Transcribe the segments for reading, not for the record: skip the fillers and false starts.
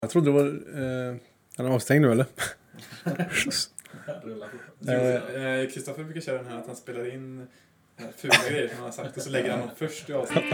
Jag trodde det var... Han är avstängd nu, eller? Kristoffer brukar köra den här att han spelar in fula grejer som han har sagt och så lägger han dem först i avsnittet.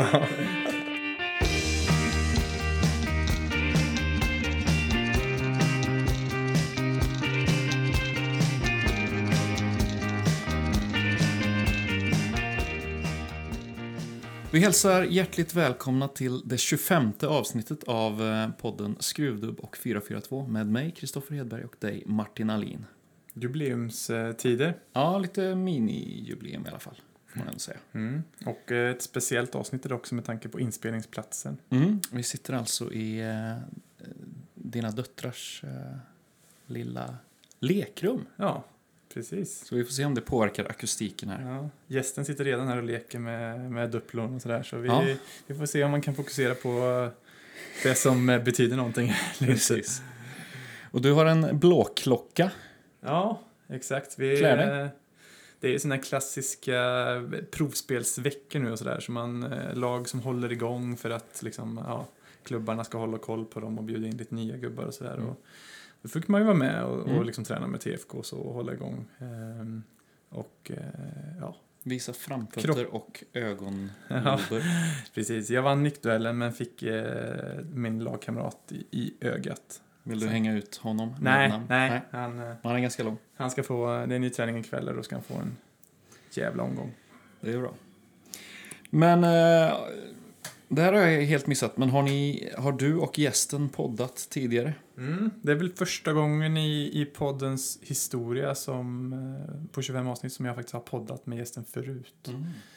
Vi hälsar hjärtligt välkomna till det 25:e avsnittet av podden Skruvdubb och 442 med mig, Kristoffer Hedberg, och dig, Martin Alin. Jubileumstider. Ja, lite mini-jubileum i alla fall, får man ändå säga. Och ett speciellt avsnitt är det också med tanke på inspelningsplatsen. Vi sitter alltså i dina döttrars lilla lekrum. Ja, precis. Så vi får se om det påverkar akustiken här. Ja, gästen sitter redan här och leker med dupplon och sådär. Så vi får se om man kan fokusera på det som betyder någonting. Precis. Och du har en blåklocka. Ja, exakt. Det är ju såna klassiska provspelsveckor nu och sådär. Så lag som håller igång för att liksom, klubbarna ska hålla koll på dem och bjuda in lite nya gubbar och sådär. Och då fick man ju vara med och liksom träna med TFK och hålla igång. Visa framfötter och ögonlober. Ja, precis. Jag vann nickduellen men fick min lagkamrat i ögat. Vill du hänga ut honom? Nej. Han är ganska lång. Han ska få, det är en ny träning ikväll och då ska han få en jävla omgång. Det är bra. Men det här har jag helt missat. Men har du och gästen poddat tidigare? Det är väl första gången i poddens historia som på 25 avsnitt som jag faktiskt har poddat med gästen förut.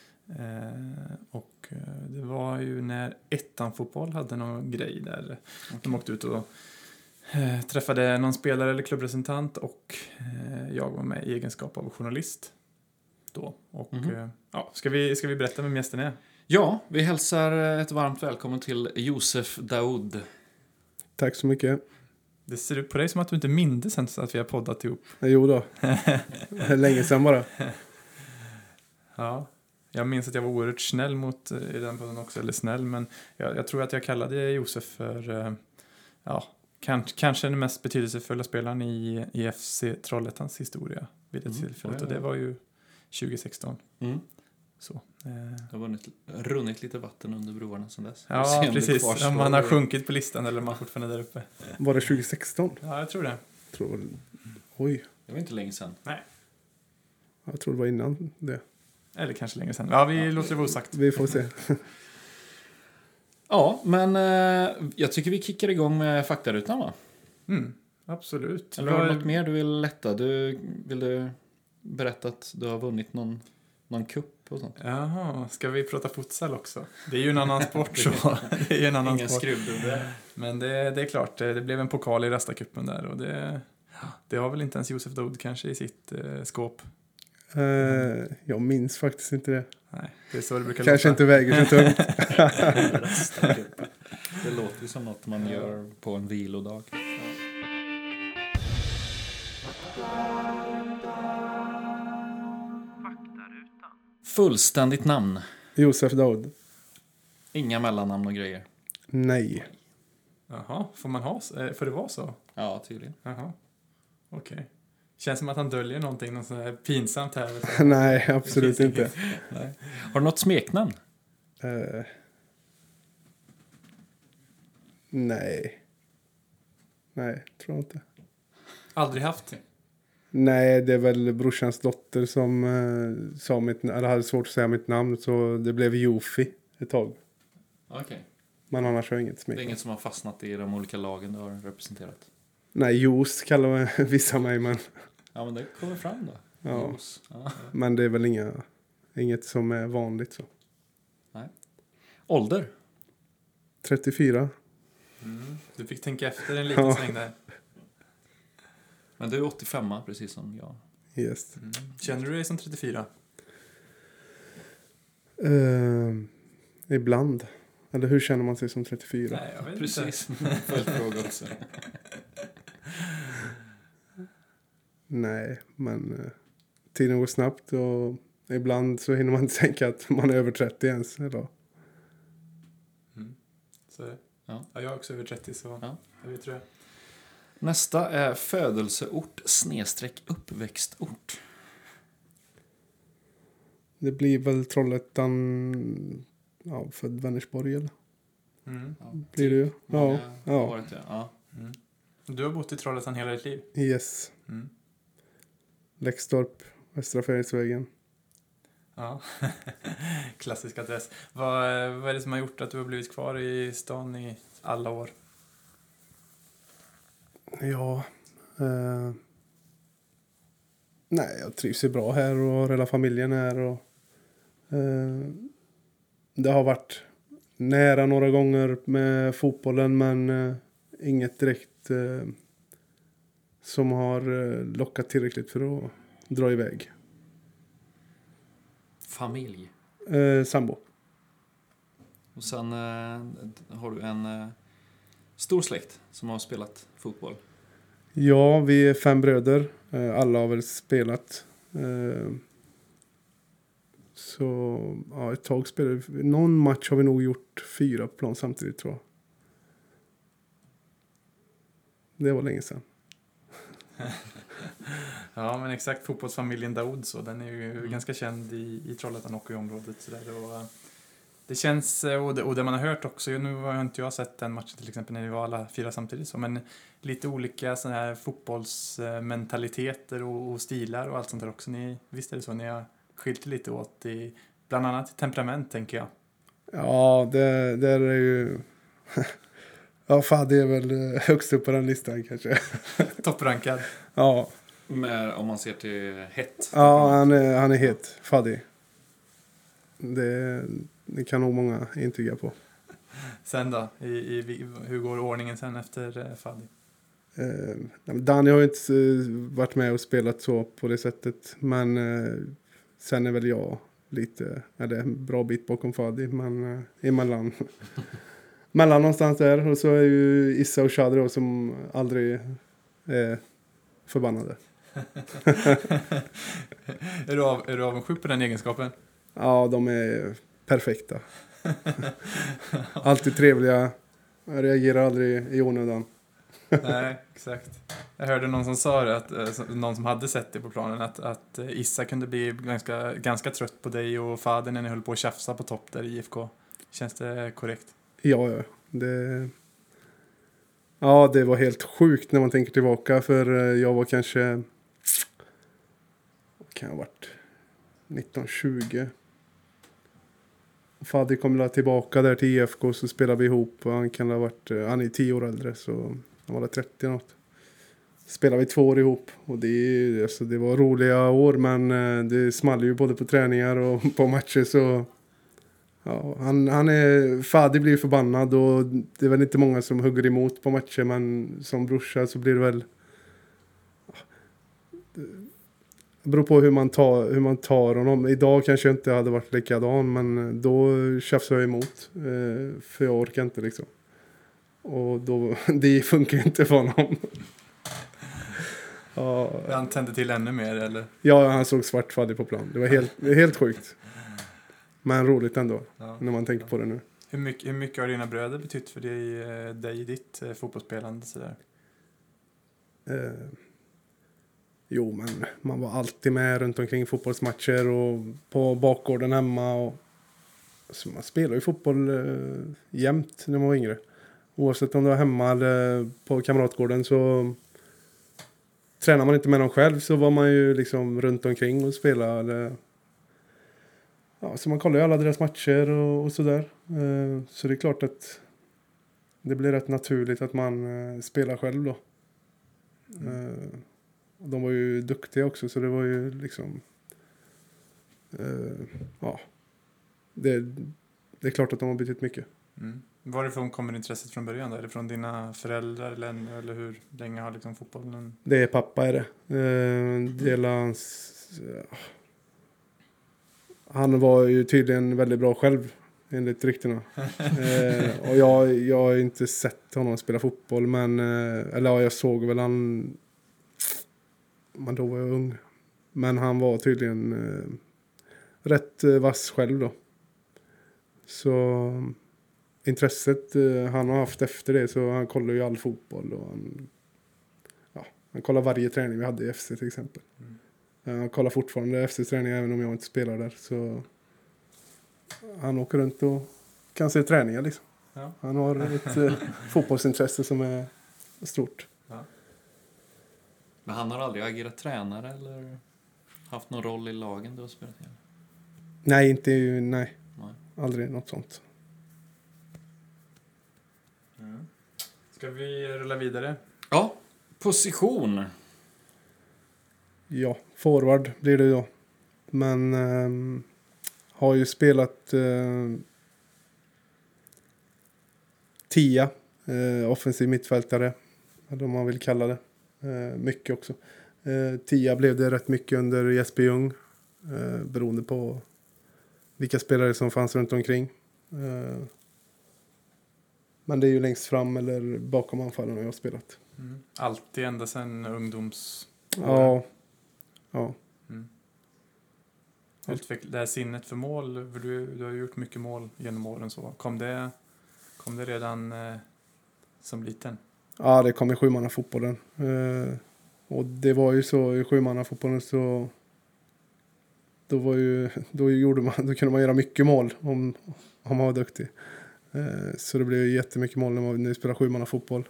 Och det var ju när Ettan-fotboll hade någon grej där. De åkte ut och träffade någon spelare eller klubbrepresentant och jag var med i egenskap av journalist då. Och ska vi berätta vem gästen är? Ja, vi hälsar ett varmt välkommen till Josef Daoud. Tack så mycket. Det ser ut på dig som att du inte minns ens att vi har poddat ihop. Jo då. Länge sedan bara. Ja, jag minns att jag var oerhört snäll mot i den podden också. Eller snäll, men jag tror att jag kallade Josef för kanske den mest betydelsefulla spelaren i FC Trollhättans historia vid ett tillfället. Och det var ju 2016. Så. Det har runnit lite vatten under broarna sedan dess. Ja, precis. Om man har sjunkit på listan eller om man fortfarande är där uppe. Var det 2016? Ja, jag tror det. Oj. Det var inte länge sedan. Nej. Jag tror det var innan det. Eller kanske länge sedan. Ja, vi låter det vara osagt. Vi får se. Ja, men jag tycker vi kickar igång med faktarutan, va? Absolut. Eller har du något mer du vill lätta? Vill du berätta att du har vunnit någon cup och sånt? Jaha, ska vi prata futsal också? Det är ju en annan sport så. Det är ju en annan Ingen sport. skruvdubb. Men det är klart, det blev en pokal i Rastacupen där och det har väl inte ens Josef Daoud kanske i sitt skåp. Jag minns faktiskt inte det. Nej, det är så det brukar kanske låta. inte väger så tungt. Det låter ju som något man gör på en vilodag. Fullständigt namn. Josef Daoud. Inga mellannamn och grejer. Nej. Jaha, får det vara så? Ja, tydligen. Jaha, okej. Känns som att han döljer någon sån här pinsamt här. Nej, absolut inte. Nej. Har du något smeknamn? Nej, tror jag inte. Aldrig haft? Nej, det är väl brorsans dotter som hade svårt att säga mitt namn, så det blev Jofi ett tag. Okej. Men annars har jag inget Det är smeknamn. inget som har fastnat i de olika lagen du har representerat? Nej, Jos kallar vissa mig, men... Ja, men det kommer fram då. Ja. Ja. Men det är väl inget som är vanligt så. Nej. Ålder? 34. Du fick tänka efter en liten sväng där. Men du är 85, precis som jag. Yes. Känner du dig som 34? Ibland. Eller hur känner man sig som 34? Nej, jag vet Precis. Följdfråga också. Nej, men tiden går snabbt och ibland så hinner man inte tänka att man är över 30 ens idag. Så Ja. Ja, jag är också över 30 så Ja. jag vet det. Nästa är födelseort / uppväxtort. Det blir väl Trollhättan, ja, född Vänersborg eller? Mm. Ja. Blir det ju. Många Ja, har ja. varit det. Ja. Mm. Du har bott i Trollhättan hela ditt liv? Yes. Mm. Läxtorp, Västra Färingsvägen. Ja, klassisk adress. Vad är det som har gjort att du har blivit kvar i stan i alla år? Ja. Nej, jag trivs ju bra här och har hela familjen här. Och, det har varit nära några gånger med fotbollen, men inget direkt som har lockat tillräckligt för att dra iväg. Familj. Sambo. Och sen har du en stor släkt som har spelat fotboll. Ja, vi är 5 bröder. Alla har väl spelat. Så ja, ett tag spelade vi. Någon match har vi nog gjort 4 på plan samtidigt, tror jag. Det var länge sedan. Ja, men exakt. Fotbollsfamiljen Daoud, så den är ju ganska känd i Trollhättan och i området. Så där. Och, det känns, och det man har hört också, nu har inte jag sett den matchen till exempel när vi var alla 4 samtidigt, så, men lite olika såna här fotbollsmentaliteter och stilar och allt sånt där också. Visst är det så, ni har skilt lite åt i bland annat temperament, tänker jag. Ja, det är ju... Ja, fan, det är väl högst upp på den listan kanske. Topprankad. Ja, Om man ser till hett. ja, han är het. Faddy. Det kan nog många intyga på. Sen då, hur går ordningen sen efter Faddy? Danny har ju inte varit med och spelat så på det sättet. Men sen är väl jag lite, eller en bra bit bakom Faddy. Men emellan. Mellan någonstans där. Och så är ju Issa och Shadri som aldrig är förbannade. Är du avundsjuk på den egenskapen? Ja, de är perfekta. Alltid trevliga. Jag reagerar aldrig i onödan. Nej, exakt. Jag hörde någon som sa det, någon som hade sett det på planen, att Issa kunde bli ganska trött på dig och Faden när ni höll på att tjafsa på topp där i IFK. Känns det korrekt? Ja. Det var helt sjukt när man tänker tillbaka. För jag var kanske... Vad kan jag ha varit? 1920. Faddy kom tillbaka där till IFK, så spelade vi ihop. Och han kan ha varit... Han är 10 år äldre, så han var 30 något. Spelade vi 2 år ihop. Och det var roliga år, men det small ju både på träningar och på matcher, så... Ja, Faddy blir förbannad och det är väl inte många som hugger emot på matcher, men som brorsa så blir det väl... Det beror på hur man tar honom. Idag kanske jag inte hade varit likadan, men då tjafsade jag emot. För jag orkar inte liksom. Och då, det funkar ju inte för honom. Ja. Han tände till ännu mer, eller? Ja, han såg svart Faddy på plan. Det var helt sjukt. Men roligt ändå, när man tänker på det nu. Hur mycket har dina bröder betytt för dig i ditt fotbollsspelande? Sådär? Jo, men man var alltid med runt omkring fotbollsmatcher och på bakgården hemma. Och, alltså, man spelar ju fotboll jämt när man var yngre. Oavsett om det var hemma eller på kamratgården, så tränar man inte med dem själv, så var man ju liksom runt omkring och spelade. Ja, så man kollar ju alla deras matcher och sådär. Så det är klart att det blir rätt naturligt att man spelar själv då. Och de var ju duktiga också, så det var ju liksom... ja. Det är klart att de har betytt mycket. Mm. Varifrån kommer intresset från början då? Är det från dina föräldrar eller hur länge har liksom fotbollen... Det är pappa, är det. Det är hans... Han var ju tydligen väldigt bra själv, enligt ryktena. Och jag har inte sett honom spela fotboll, men... eller ja, jag såg väl han... Men då var jag ung. Men han var tydligen rätt vass själv då. Så... intresset han har haft efter det, så han kollar ju all fotboll och han kollar varje träning vi hade i FC till exempel. Han kollar fortfarande FC-träningar även om jag inte spelar där, så han åker runt och kan se träningar liksom. Ja. Han har ett fotbollsintresse som är stort. Ja. Men han har aldrig agerat tränare eller haft någon roll i lagen du har spelat i? Nej, nej. Nej. Aldrig något sånt. Ska vi rulla vidare? Ja, position. Ja, forward blir det då. Men har ju spelat 10 offensiv mittfältare, eller om man vill kalla det. Mycket också. 10 blev det rätt mycket under Jesper Ljung, beroende på vilka spelare som fanns runt omkring. Men det är ju längst fram eller bakom anfallen jag har spelat. Alltid ända sedan ungdoms... Ja. Det här sinnet för mål, för du har gjort mycket mål genom åren, så kom det redan som liten? Ja, det kom i sjumannafotbollen. Och det var ju så i sjumannafotbollen, så då kunde man göra mycket mål om man var duktig. Så det blev jättemycket mål när vi spelade sjumannafotboll.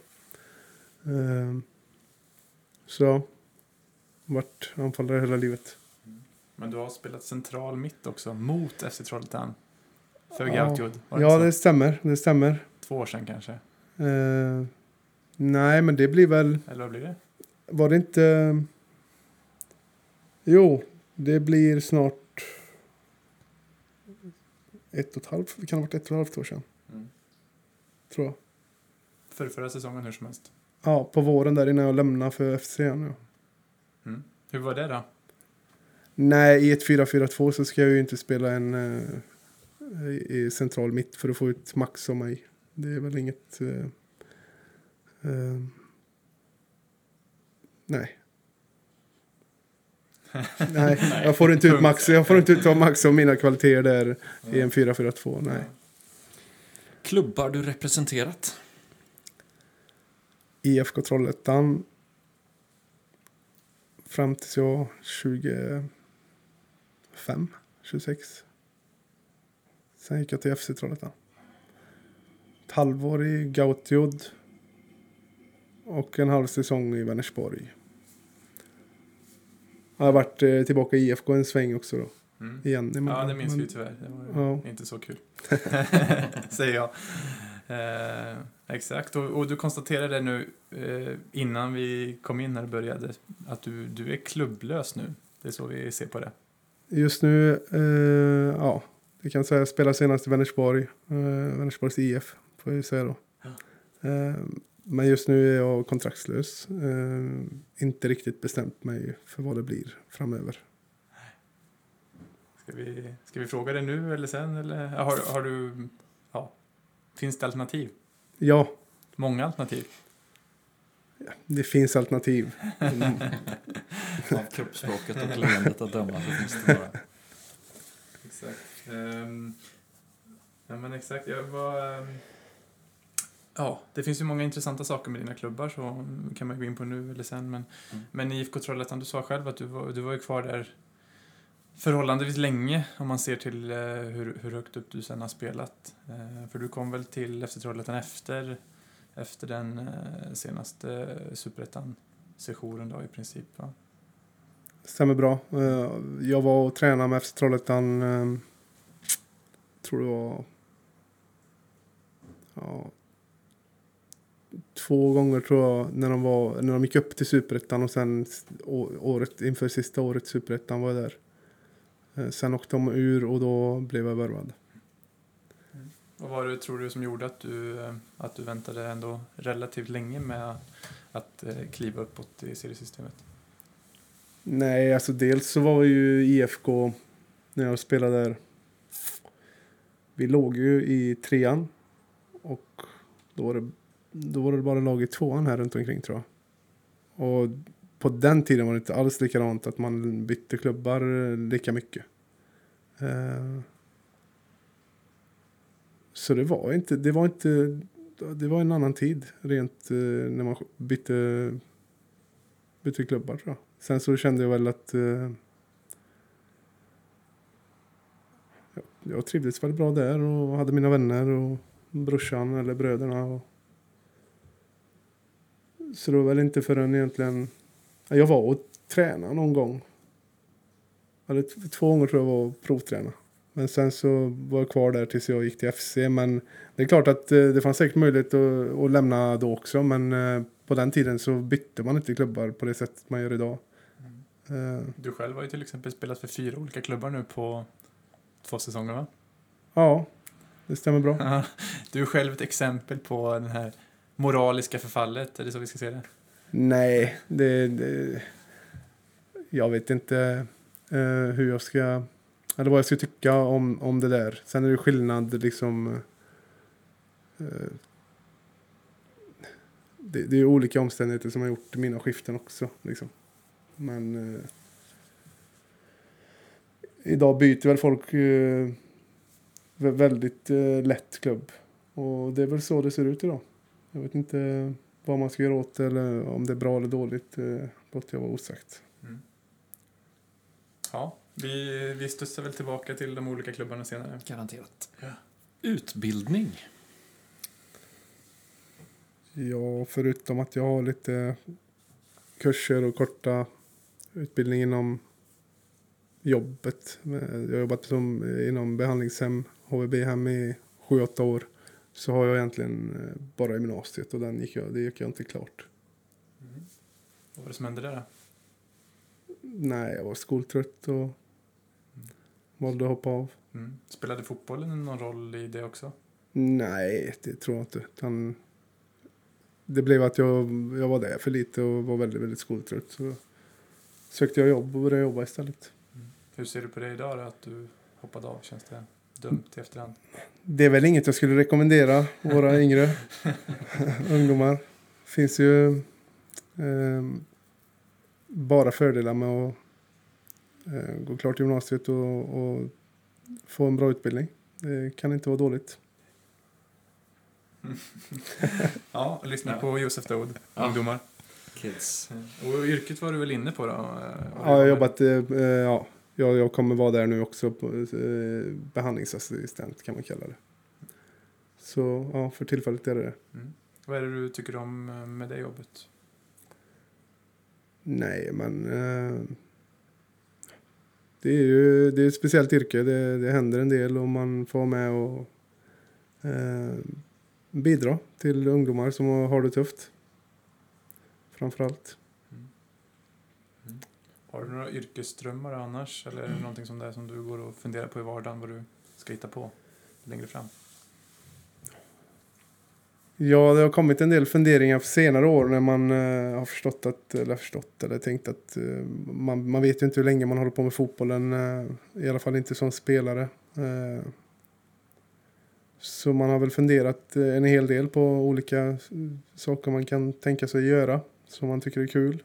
Så vart anfallare hela livet. Men du har spelat central mitt också, mot FC Trollhättan. För Gautjud. Ja, det stämmer. 2 år sedan kanske. Nej, men det blir väl... Eller vad blir det? Var det inte... Jo, det blir snart 1,5. Det kan ha varit 1,5 år sedan. Tror jag. Förra säsongen hur som helst. Ja, på våren där innan jag lämnade för FC nu. Hur var det då? Nej, i ett 4-4-2 så ska jag ju inte spela i central mitt för att få ut max som mig. Det är väl inget... nej. Nej, jag får inte ut max. Jag får inte ut max av mina kvaliteter där i en 4-4-2. Nej. Klubbar du representerat? IFK Trollhättan fram tills jag 26. Sen gick jag till FC Trollhättan. Ett halvår i Gautjud och en halv säsong i Vänersborg. Jag har varit tillbaka i IFK en sväng också då. Igen. Ja, det minns vi tyvärr. Det var inte så kul. Säger jag. Exakt. Och du konstaterade nu innan vi kom in här och började att du är klubblös nu. Det är så vi ser på det. Just nu, det kan säga spelar senast i Vänersborg. Vänersborgs IF får jag säga då. Men just nu är jag kontraktslös. Inte riktigt bestämt mig för vad det blir framöver. Ska vi fråga det nu eller sen? Eller har du... Ja. Finns det alternativ? Ja. Många alternativ? Ja, det finns alternativ. Av kroppsspråket och leendet att döma så finns det bara. Exakt. Ja, men exakt. Jag var... Ja, det finns ju många intressanta saker med dina klubbar, så kan man gå in på nu eller sen. Men i IFK Trollhättan, du sa själv att du var ju kvar där förhållandevis länge om man ser till hur högt upp du sen har spelat. För du kom väl till FC Trollhättan efter den senaste Superettan-sessionen då i princip, va? Stämmer bra. Jag var och tränade med FC Trollhättan, tror det var 2 gånger tror jag när de gick upp till Superettan, och sen året inför sista året Superettan var jag där. Sen åkte de ur och då blev jag värvad. Vad var det, tror du, som gjorde att du väntade ändå relativt länge med att kliva uppåt i seriesystemet? Nej, alltså dels så var ju IFK när jag spelade där. Vi låg ju i 3:an och då var det bara lag i 2:an här runt omkring, tror jag. Och på den tiden var det inte alls likadant att man bytte klubbar lika mycket. Så det var en annan tid rent när man bytte klubbar, tror jag. Sen så kände jag väl att jag trivdes väldigt bra där och hade mina vänner och brorsan eller bröderna. Så det var väl inte förrän egentligen... Jag var och tränade någon gång. Eller 2 gånger tror jag var och provträna. Men sen så var jag kvar där tills jag gick till FC. Men det är klart att det fanns säkert möjlighet att lämna då också. Men på den tiden så bytte man inte klubbar på det sättet man gör idag. Du själv har ju till exempel spelat för 4 olika klubbar nu på 2 säsonger, va? Ja, det stämmer bra. Du är själv ett exempel på den här moraliska förfallet, är det så vi ska se det? Nej, jag vet inte hur jag ska... Eller vad jag ska tycka om det där. Sen är det skillnad liksom... Det är olika omständigheter som har gjort mina skiften också. Liksom. Men... idag byter väl folk väldigt lätt klubb. Och det är väl så det ser ut idag. Jag vet inte vad man ska göra åt det eller om det är bra eller dåligt. Låter jag vara osagt. Mm. Ja, vi studsar väl tillbaka till de olika klubbarna senare. Garanterat. Ja. Utbildning. Ja, förutom att jag har lite kurser och korta utbildning inom jobbet. Jag har jobbat inom behandlingshem, HVB-hem i 7-8 år. Så har jag egentligen bara gymnasiet och det gick jag inte klart. Mm. Vad var det som hände där då? Nej, jag var skoltrött och valde att hoppa av. Mm. Spelade fotbollen någon roll i det också? Nej, det tror jag inte. Utan det blev att jag var där för lite och var väldigt, väldigt skoltrött. Så sökte jag jobb och började jobba istället. Mm. Hur ser du på det idag då, att du hoppade av? Känns det dumt i efterhand? Det är väl inget jag skulle rekommendera våra yngre ungdomar. Det finns ju bara fördelar med att gå klart gymnasiet och få en bra utbildning. Det kan inte vara dåligt. Ja, lyssna på Josef Daoud, ungdomar. Kids. Och yrket var du väl inne på då? Ja, jag har jobbat, jag kommer vara där nu också på behandlingsassistent kan man kalla det. Så ja, för tillfället är det. Mm. Vad är det du tycker om med det jobbet? Nej, men det är ett speciellt yrke. Det händer en del och man får med och bidra till ungdomar som har det tufft. Framförallt. Mm. Mm. Har du några yrkesdrömmar annars? Eller är det någonting som det som du går och funderar på i vardagen vad du ska hitta på längre fram? Ja, det har kommit en del funderingar för senare år när man har förstått eller tänkt att man vet ju inte hur länge man håller på med fotbollen, i alla fall inte som spelare. Så man har väl funderat en hel del på olika saker man kan tänka sig göra som man tycker är kul.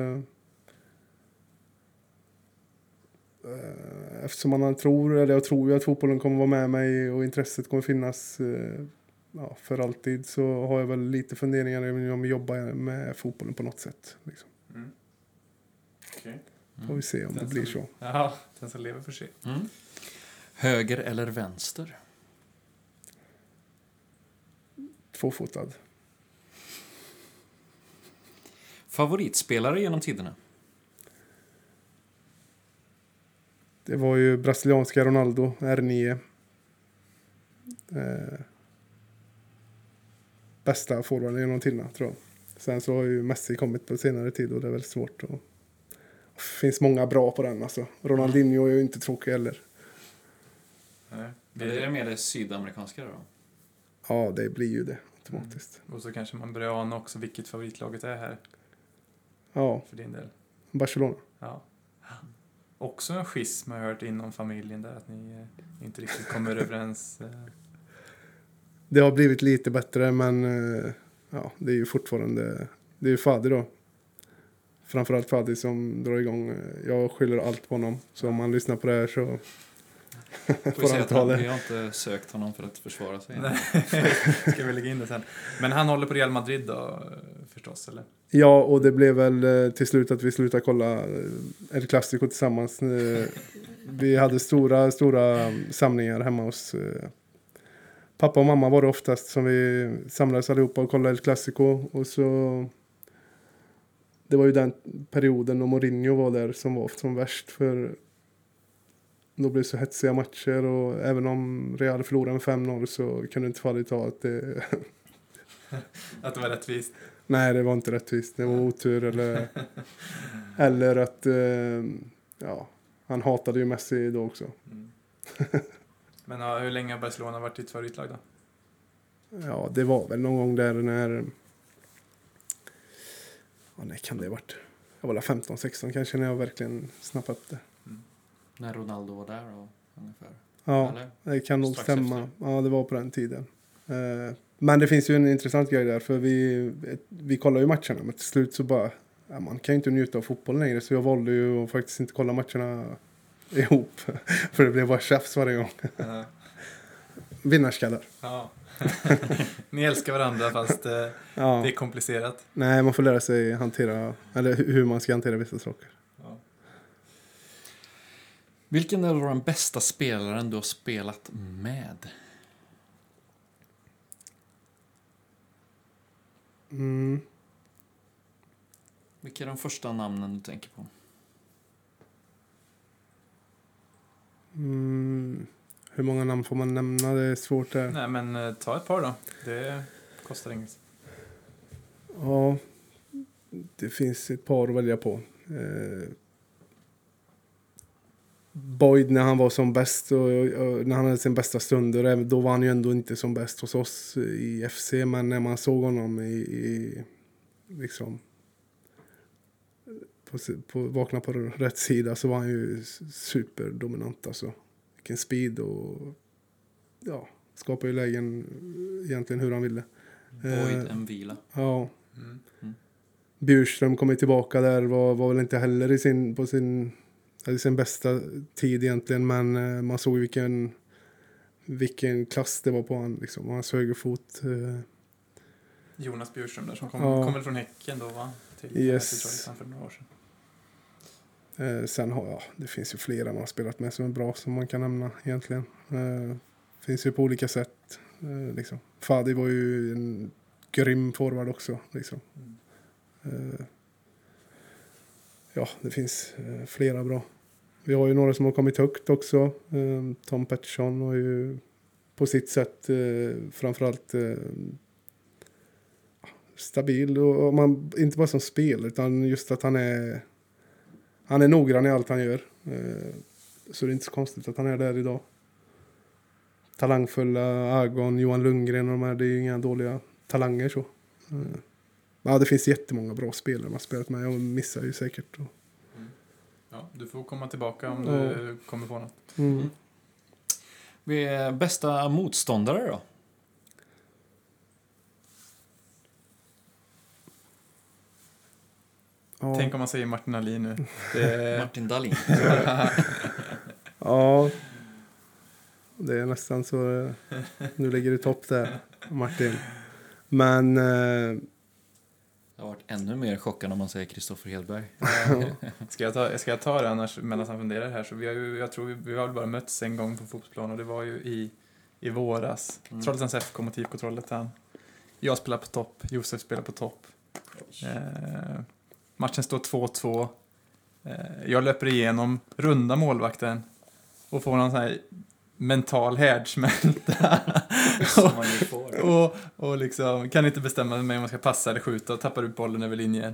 Eftersom jag tror att fotbollen kommer vara med mig och intresset kommer finnas för alltid, så har jag väl lite funderingar om att jobba med fotbollen på något sätt. Liksom. Mm. Okay. Får vi se om det blir så. Ja, den som lever får se. Mm. Höger eller vänster? Tvåfotad. Favoritspelare genom tiderna? Det var ju brasilianska Ronaldo, R9. Bästa forwarden genom tiderna, tror jag. Sen så har ju Messi kommit på senare tid och det är väl svårt. Det finns många bra på den. Alltså. Ronaldinho är ju inte tråkig heller. Nej. Det är mer det sydamerikanska då? Ja, det blir ju det automatiskt. Och så kanske man börjar ana också vilket favoritlaget är här. Ja. För din del. Barcelona. Ja. Också en schism har jag hört inom familjen där, att ni inte riktigt kommer överens. Det har blivit lite bättre, men det är ju fortfarande... Det är ju Fadi då. Framförallt Fadi som drar igång. Jag skyller allt på honom. Så om man lyssnar på det här så Får säga att vi har inte sökt honom för att försvara sig. Nej, ska vi lägga in det sen. Men han håller på Real Madrid då, förstås, eller? Ja, och det blev väl till slut att vi slutade kolla El Clasico tillsammans. Vi hade stora samlingar hemma hos pappa och mamma var det oftast som vi samlades allihopa och kollade El Clasico. Och så det var ju den perioden när Mourinho var där som var som värst, för då blev det så hetsiga matcher, och även om Real förlorade med 5-0 så kunde inte fallet ta att det... Att det var rättvist? Nej, det var inte rättvist. Det var otur eller att han hatade ju Messi då också. Mm. Men hur länge har Barcelona varit ditt favoritlag då? Ja, det var väl någon gång där när... Ja, nej, kan det ha varit? Jag var 15-16 kanske när jag verkligen snappade upp det. Mm. När Ronaldo var där då, ungefär? Ja, eller? det kan nog Strax stämma. efter. Ja, det var på den tiden. Men det finns ju en intressant grej där, för vi kollar ju matcherna, men till slut så bara... Ja, man kan ju inte njuta av fotboll längre, så jag valde ju att faktiskt inte kolla matcherna ihop. För det blev bara tjafs varje gång. Vinnarskallar. Ja. Ni älskar varandra fast det är komplicerat. Nej, man får lära sig hantera, eller hur man ska hantera vissa saker. Ja. Vilken är då den bästa spelaren du har spelat med? Vilka är de första namnen du tänker på? Hur många namn får man nämna? Det är svårt där. Nej, men ta ett par då. Det kostar inget. Ja, det finns ett par att välja på. Boyd när han var som bäst och när han hade sin bästa stunder, då var han ju ändå inte som bäst hos oss i FC, men när man såg honom i liksom vakna på rätt sida, så var han ju superdominant alltså. Vilken speed, och skapade ju lägen egentligen hur han ville. Boyd en vila. Ja. Bjurström kom ju tillbaka där, var väl inte heller i sin bästa tid egentligen, men man såg vilken klass det var på han liksom, hans högerfot. Jonas Bjurström där som kom väl från Häcken då, va? Till för några år sedan. Sen det finns ju flera man har spelat med som är bra, som man kan nämna egentligen. Finns ju på olika sätt liksom. Fadi var ju en grym forward också liksom. Det finns flera bra. Vi har ju några som har kommit högt också. Tom Pettersson har ju på sitt sätt framförallt stabil, och man inte bara som spel, utan just att han är noggrann i allt han gör. Så det är inte så konstigt att han är där idag. Talangfulla Agon, Johan Lundgren och det är ju inga dåliga talanger så. Det finns jättemånga bra spelare man har spelat med. Jag missar ju säkert. Ja, du får komma tillbaka om du kommer på något. Vi är bästa motståndare då? Ja. Tänk om man säger Martin Dahlin nu. Martin Dahlin. Ja, det är nästan så. Nu ligger du topp där, Martin. Men det har varit ännu mer chockande om man säger Kristoffer Hedberg. Ska jag ta det annars medan han funderar här? Så jag tror vi har bara mötts en gång på fotbollsplan, och det var ju i våras. Trollhättans FK mot IFK Trollhättan. Jag spelar på topp, Josef spelar på topp. Matchen står 2-2. Jag löper igenom, runda målvakten och får någon sån här mental härdsmälta. och liksom kan inte bestämma mig om man ska passa eller skjuta, och tappar ut bollen över linjen.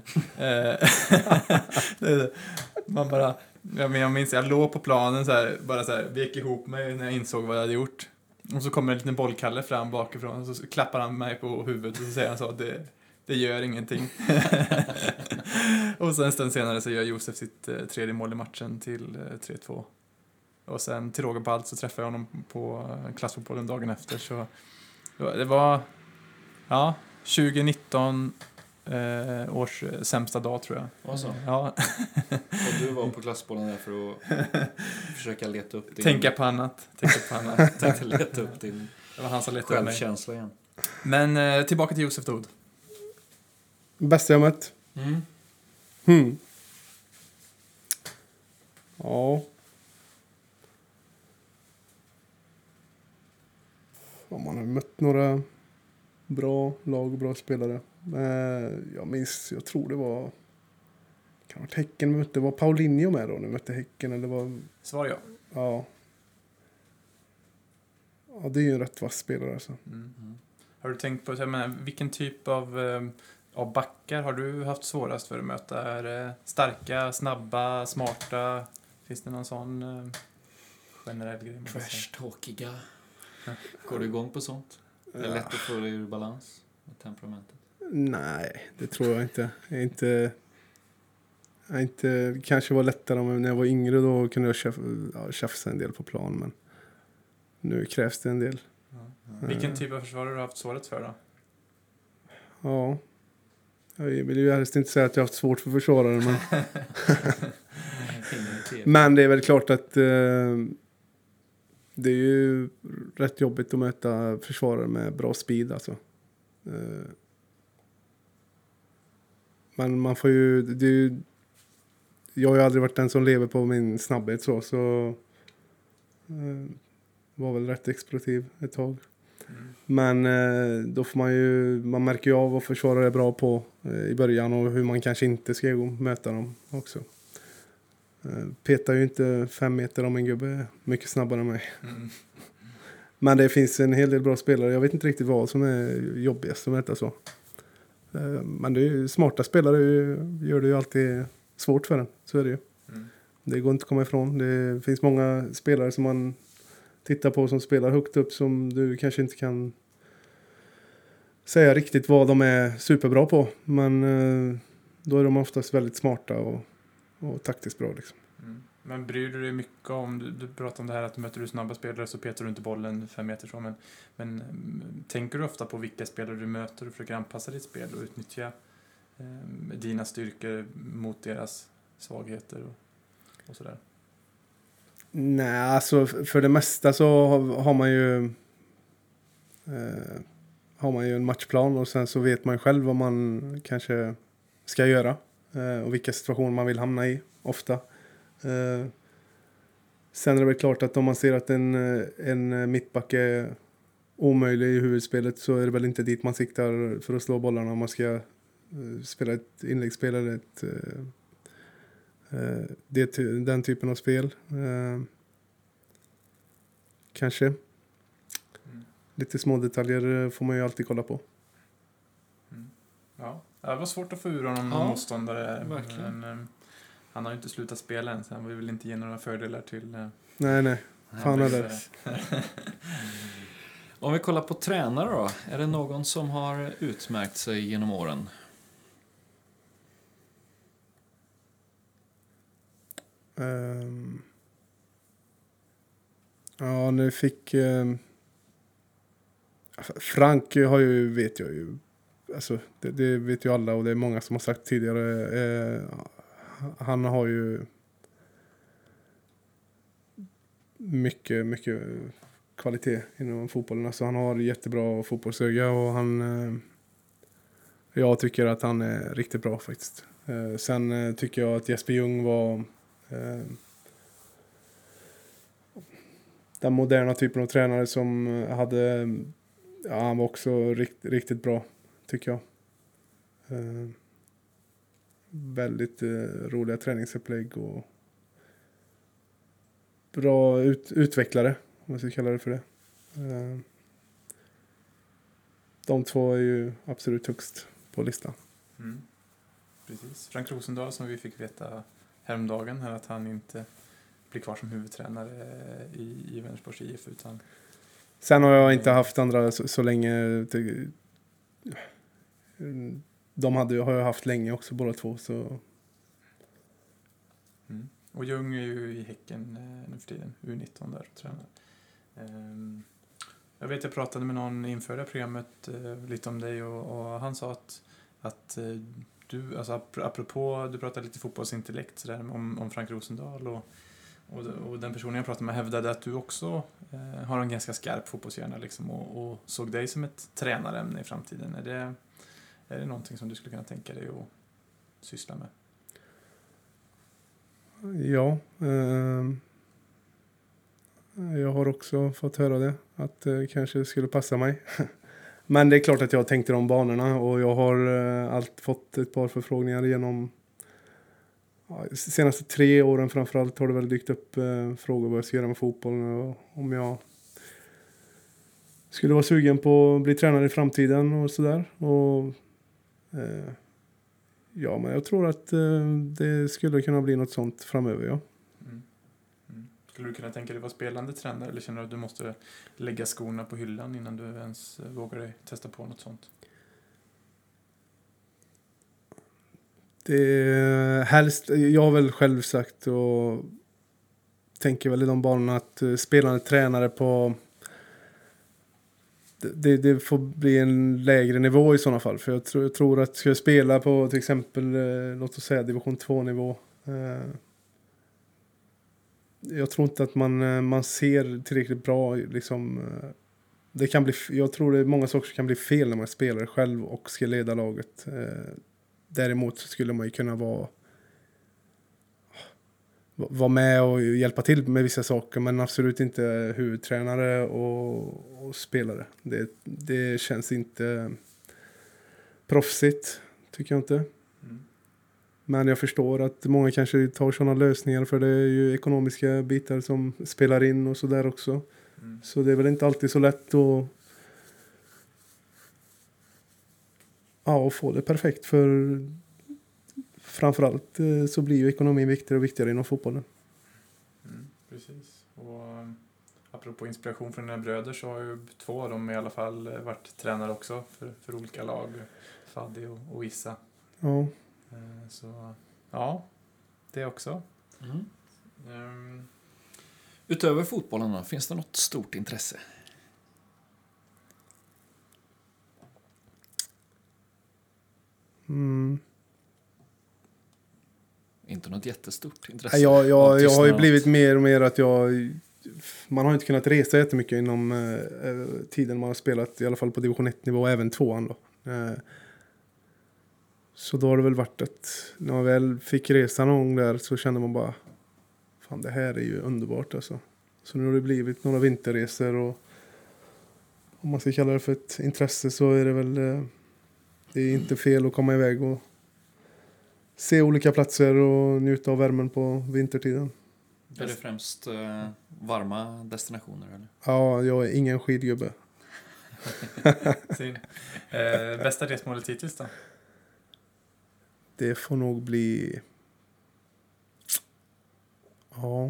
Man bara, jag minns jag låg på planen så här, bara så här, vek ihop mig när jag insåg vad jag hade gjort. Och så kommer en liten bollkalle fram bakifrån, och så klappar han mig på huvudet och så säger han så, det gör ingenting. Och sen en stund senare så gör Josef sitt tredje mål i matchen till 3-2. Och sen till råga på allt så träffade jag honom på klassfotbollen dagen efter. Så det var 2019 års sämsta dag, tror jag. Vad så? Ja. Och du var på glassbollen där för att försöka leta upp din... Tänka på annat. Tänkte leta upp din Det var han som letade upp mig. självkänsla igen. Men tillbaka till Josef Daoud. Bästa jag mött? Ja. Om man har mött några bra lag och bra spelare. Jag tror det var... Kan det vara Häcken vi mötte? Var Paulinho med då? Ni mötte Häcken eller var... Svar ja. Ja. Ja, det är ju en rätt vass spelare alltså. Har du tänkt på, jag menar, vilken typ av backar har du haft svårast för att möta? Är det starka, snabba, smarta? Finns det någon sån generell grej? Trash-talkiga. Går du igång på sånt? Det är lätt att få det ur balans med temperamentet. Nej, det tror jag inte. Jag inte kanske var lättare när jag var yngre, då kunde jag tjafsa en del på plan, men nu krävs det en del. Vilken typ av försvar har du haft svårt för då? Ja. Jag vill ju helst inte säga att jag har haft svårt för försvarare, men men det är väl klart att det är ju rätt jobbigt att möta försvarare med bra speed alltså. Men man får ju, det är ju, jag har ju aldrig varit den som lever på min snabbhet så var väl rätt explosiv ett tag. Men då får man märker ju av vad försvarare är bra på i början och hur man kanske inte ska gå och möta dem också. Petar ju inte 5 meter om en gubbe är mycket snabbare än mig. Men det finns en hel del bra spelare. Jag vet inte riktigt vad som är jobbigast att möta så. Men det är ju, smarta spelare gör det ju alltid svårt för en. Så är det ju. Det går inte att komma ifrån. Det finns många spelare som man tittar på som spelar högt upp som du kanske inte kan säga riktigt vad de är superbra på. Men då är de oftast väldigt smarta och taktiskt bra liksom. Men bryr du dig mycket om, du pratar om det här att möter du snabba spelare så petar du inte bollen 5 meter så, men tänker du ofta på vilka spelare du möter och försöker anpassa ditt spel och utnyttja dina styrkor mot deras svagheter och sådär? Nej, alltså för det mesta så har man ju en matchplan och sen så vet man själv vad man kanske ska göra och vilka situationer man vill hamna i ofta. Sen är det väl klart att om man ser att en mittback är omöjlig i huvudspelet så är det väl inte dit man siktar för att slå bollarna om man ska spela ett inläggsspel eller den typen av spel. Kanske. Lite små detaljer får man ju alltid kolla på. Ja, det var svårt att få ur honom någon motståndare. Verkligen. Men han har ju inte slutat spela än, så han vill väl inte ge några fördelar till... Nej. Fan är det. Om vi kollar på tränare då. Är det någon som har utmärkt sig genom åren? Ja, nu fick... Frank vet jag ju. Alltså, det vet ju alla och det är många som har sagt tidigare. Han har ju mycket kvalitet inom fotbollen. Alltså, han har jättebra fotbollsöga och jag tycker att han är riktigt bra faktiskt. Sen tycker jag att Jesper Ljung var den moderna typen av tränare som han var också riktigt bra tycker jag. Väldigt roliga träningsupplägg och bra utvecklare, om man ska kalla det för det. De två är ju absolut högst på listan. Precis. Frank Rosendahl, som vi fick veta häromdagen här, att han inte blir kvar som huvudtränare i Vänersborgs IF utan... Sen har jag inte haft andra så länge. Har jag haft länge också båda två. Så. Och Ljung är ju i Häcken nu för tiden, U19 där och tränar. Jag pratade med någon inför det programmet lite om dig och han sa att du, alltså apropå, du pratade lite fotbollsintellekt så där, om Frank Rosendahl och den personen jag pratade med hävdade att du också har en ganska skarp fotbollshjärna liksom, och såg dig som ett tränarämne i framtiden. Är det någonting som du skulle kunna tänka dig att syssla med? Ja, jag har också fått höra det, att det kanske skulle passa mig. Men det är klart att jag tänkte de banorna, och jag har fått ett par förfrågningar genom senaste 3 åren framförallt har det väl dykt upp frågor vad jag ska göra med fotbollen, och om jag skulle vara sugen på att bli tränare i framtiden och sådär. Och ja, men jag tror att det skulle kunna bli något sånt framöver, ja. Skulle du kunna tänka dig vara spelande tränare, eller känner du att du måste lägga skorna på hyllan innan du ens vågar dig testa på något sånt? Helst, jag har väl själv sagt och tänker väl i de banorna att spelande tränare på det får bli en lägre nivå i sådana fall. För jag tror att ska jag spela på till exempel låt oss säga division 2-nivå, jag tror inte att man ser tillräckligt bra liksom, det kan bli, jag tror det är många saker som kan bli fel när man spelar själv och ska leda laget. Däremot skulle man ju kunna vara med och hjälpa till med vissa saker, men absolut inte huvudtränare och spelare. Det känns inte proffsigt, tycker jag inte. Men jag förstår att många kanske tar sådana lösningar, för det är ju ekonomiska bitar som spelar in och sådär också. Så det är väl inte alltid så lätt att få det perfekt, för framförallt så blir ju ekonomin viktigare och viktigare inom fotbollen. Precis. Och apropå inspiration från dina bröder, så har ju 2 av dem i alla fall varit tränare också för olika lag, Fadi och Issa. Ja. Så ja, det också. Utöver fotbollen då, finns det något stort intresse? Inte något jättestort intresse. Jag har ju blivit mer och mer att man har inte kunnat resa jättemycket inom tiden man har spelat, i alla fall på division 1-nivå och även 2an då. Så då har det väl varit att när man väl fick resa någon gång där, så kände man bara, fan, det här är ju underbart alltså. Så nu har det blivit några vinterresor, och om man ska kalla det för ett intresse, så är det väl det är inte fel att komma iväg och se olika platser och njuta av värmen på vintertiden. Är det främst varma destinationer eller? Ja, jag är ingen skidgubbe. Bästa resmålet hittills då? Det får nog bli... Ja.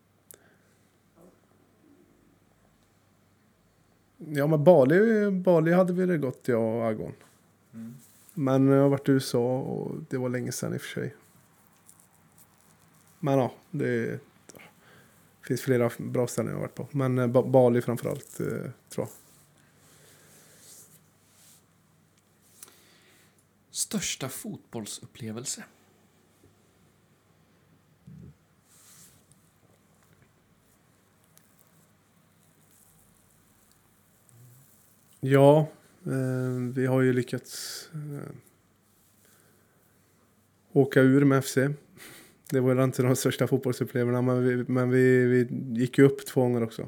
Ja, men Bali hade vi det gott, jag och Agon. Men jag har varit i USA, och det var länge sedan i och för sig. Men ja, det finns flera bra ställen jag har varit på. Men Bali framförallt, tror jag. Största fotbollsupplevelse? Ja, vi har ju lyckats åka ur med FC. Det var inte de största fotbollsupplevelserna, men vi gick ju upp 2 gånger också.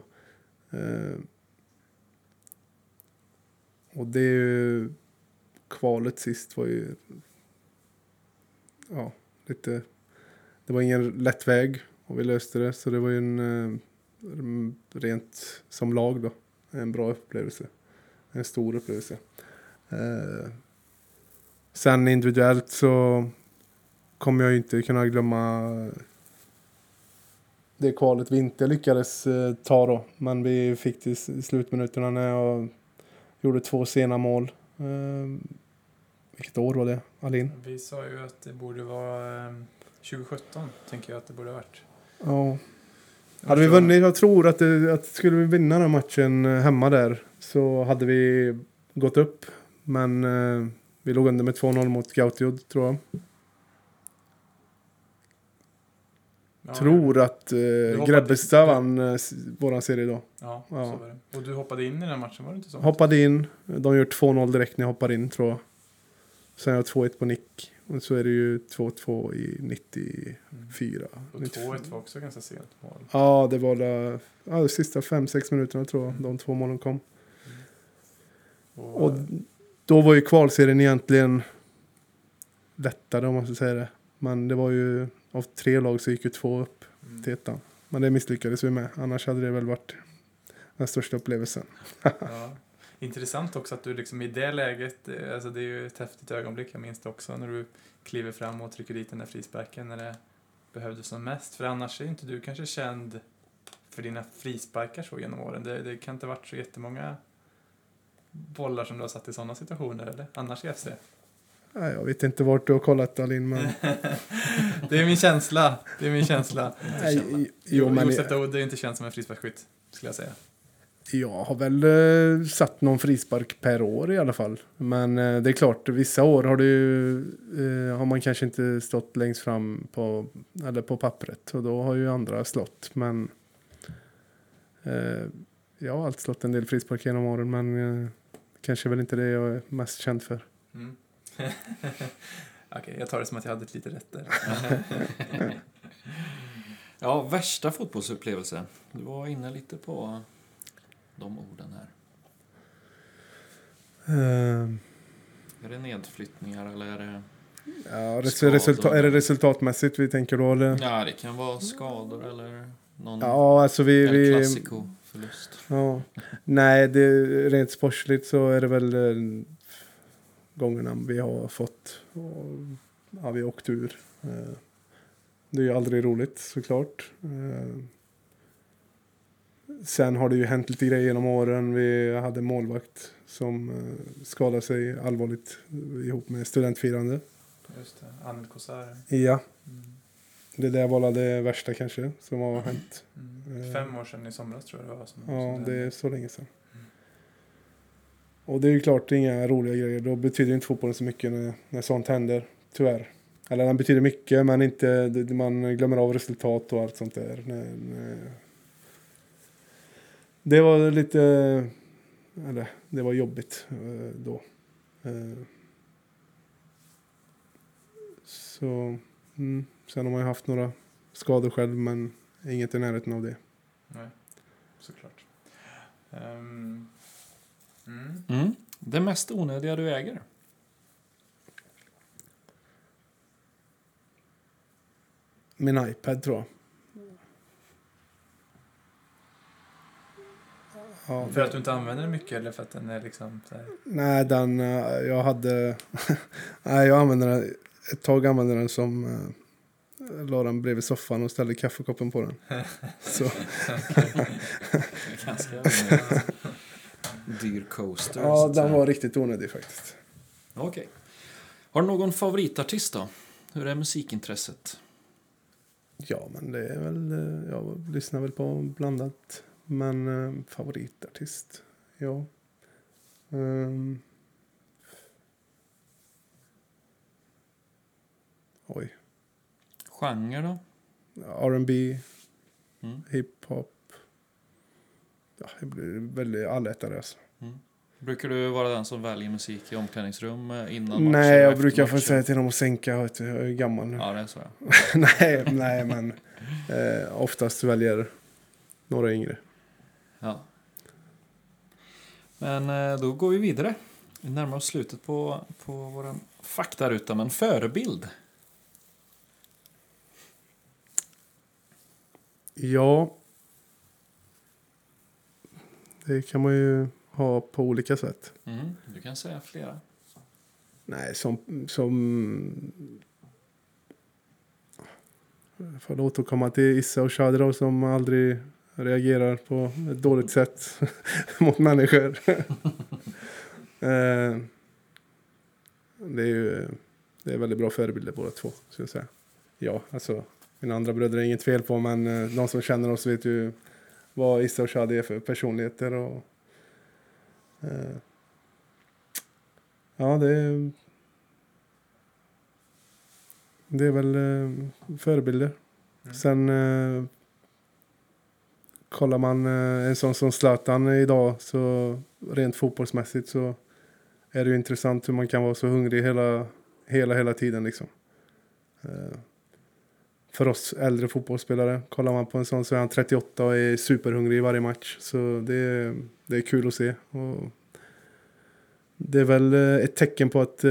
Och det är ju, kvalet sist var ju lite, det var ingen lätt väg, och vi löste det, så det var ju en rent som lag då en bra upplevelse, en stor upplevelse. Sen individuellt så kommer jag ju inte kunna glömma det kvalet vi inte lyckades ta då, men vi fick till slutminuterna när jag gjorde 2 sena mål. Vilket år var det, Alin? Vi sa ju att det borde vara 2017, tänker jag att det borde ha varit. Ja. Hade vi vunnit, jag tror att skulle vi vinna den matchen hemma där, så hade vi gått upp. Men Vi låg under med 2-0 mot Gautiod, tror jag. Ja, Tror att hoppade- Grebbestad du- vann våran serie då. Ja, Ja. så var det. Och du hoppade in i den matchen, var det inte så? Hoppade in. De gör 2-0 direkt när jag hoppar in, tror jag. Sen jag 2-1 på nick. Och så är det ju 2-2 i 94. Och 2-1 var också ganska sent mål. Ja, det var de sista 5-6 minuterna, tror jag. De 2 målen kom. Och då var ju kvalserien egentligen lättare, om man ska säga det. Men det var ju av 3 lag så gick ju 2 upp till ettan. Men det misslyckades vi med. Annars hade det väl varit den största upplevelsen. Ja. Intressant också att du liksom i det läget, alltså det är ju ett häftigt ögonblick, jag minns det också, när du kliver fram och trycker dit den där frisparken när det behövdes som mest. För annars är inte du kanske känd för dina frisparkar så genom åren. Det kan inte ha varit så jättemånga bollar som du har satt i sådana situationer, eller? Annars i FC. Nej, jag vet inte vart du har kollat, Alin, men... Det är min känsla. Det är min känsla. Josef Daoud är inte känd som en frisparksskytt, skulle jag säga. Jag har väl satt någon frispark per år i alla fall. Men det är klart, vissa år har man kanske inte stått längst fram på pappret. Och då har ju andra slått. Men jag har alltid slått en del frispark genom åren. Men kanske väl inte det jag är mest känd för. Mm. Okej, jag tar det som att jag hade lite rätt där. Ja, värsta fotbollsupplevelse. Du var inne lite på de orden här. Är det nedflyttningar eller är det... Ja, är det resultatmässigt vi tänker då? Eller? Ja, det kan vara skador eller någon alltså klassikoförlust. Ja. Nej, rent sportsligt så är det väl gångerna vi har fått. Och, vi har åkt ur. Det är ju aldrig roligt, såklart. Sen har det ju hänt lite grejer genom åren. Vi hade målvakt som skadade sig allvarligt ihop med studentfirande. Just det, Anel Kosar. Ja. Det där var det värsta kanske som har hänt. 5 år sedan i somras tror jag det var. Ja, det är så länge sedan. Och det är ju klart, det är inga roliga grejer. Då betyder inte fotbollen så mycket när sånt händer, tyvärr. Eller den betyder mycket, men inte, man glömmer av resultat och allt sånt där. Det var det var jobbigt då. Så, sen har man ju haft några skador själv, men inget i närheten av det. Nej, såklart. Det mest onödiga du äger? Min iPad, tror jag. Ja, för att du inte använder den mycket eller för att den är liksom så här... Nej, jag använder den ett tag, använde den som la den bredvid soffan och ställde kaffekoppen på den. Så. Ganska dyr coaster. Ja, den var riktigt onödig faktiskt. Okej. Har du någon favoritartist då? Hur är musikintresset? Ja, men det är väl, jag lyssnar väl på blandat. Men favoritartist, ja. Oj. Genre då? R&B, hiphop. Ja, det blir väldigt allätare alltså. Brukar du vara den som väljer musik i omklädningsrum innan matcher? Nej, jag brukar få säga till dem att sänka. Jag är gammal nu. Ja, det är så. nej, men oftast väljer några yngre. Ja. Men då går vi vidare. Vi närmar oss slutet på vår faktaruta, men förebild. Ja. Det kan man ju ha på olika sätt. Du kan säga flera. Nej, för att återkomma till Issa och Shadra som aldrig reagerar på ett dåligt sätt mot människor. Det är väldigt bra förebilder båda två, skulle jag säga. Ja, alltså mina andra bröder är inget fel på, men de som känner oss vet ju vad Issa och Shadra är för personligheter. Och, ja, Det är väl förebilder. Sen kollar man en sån som Zlatan idag, så rent fotbollsmässigt så är det ju intressant hur man kan vara så hungrig hela tiden liksom. För oss äldre fotbollsspelare, kollar man på en sån så är han 38 och är superhungrig i varje match. Så det är kul att se. Och det är väl ett tecken på att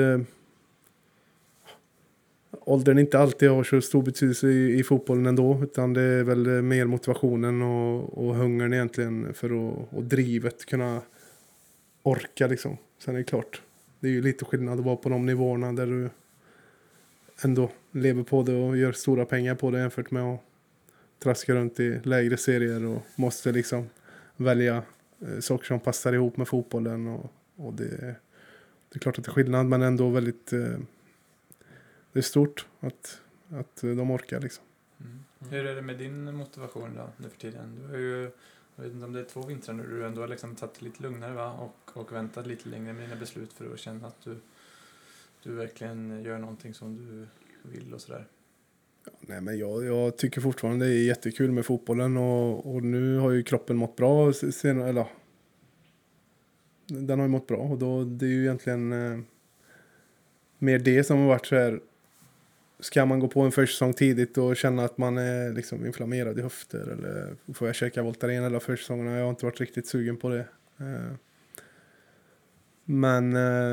åldern inte alltid har så stor betydelse i fotbollen ändå. Utan det är väl mer motivationen och hungern egentligen för att drivet kunna orka liksom. Sen är det klart, det är ju lite skillnad att vara på de nivåerna där du ändå lever på det och gör stora pengar på det jämfört med att traska runt i lägre serier och måste liksom välja saker som passar ihop med fotbollen och det är klart att det är skillnad, men ändå väldigt det är stort att de orkar liksom. Hur är det med din motivation då nu för tiden? Du har ju, jag vet inte om det är 2 vintrar nu, du ändå har liksom tagit lite lugnare va? Och väntat lite längre med dina beslut för att känna att du verkligen gör någonting som du vill och sådär. Ja, nej, men jag tycker fortfarande det är jättekul med fotbollen och nu har ju kroppen mått bra senare, eller den har ju mått bra och då det är ju egentligen mer det som har varit så här. Ska man gå på en försäsong tidigt och känna att man är liksom inflammerad i höfter eller får jag käka Voltaren eller försäsongerna? Jag har inte varit riktigt sugen på det. Men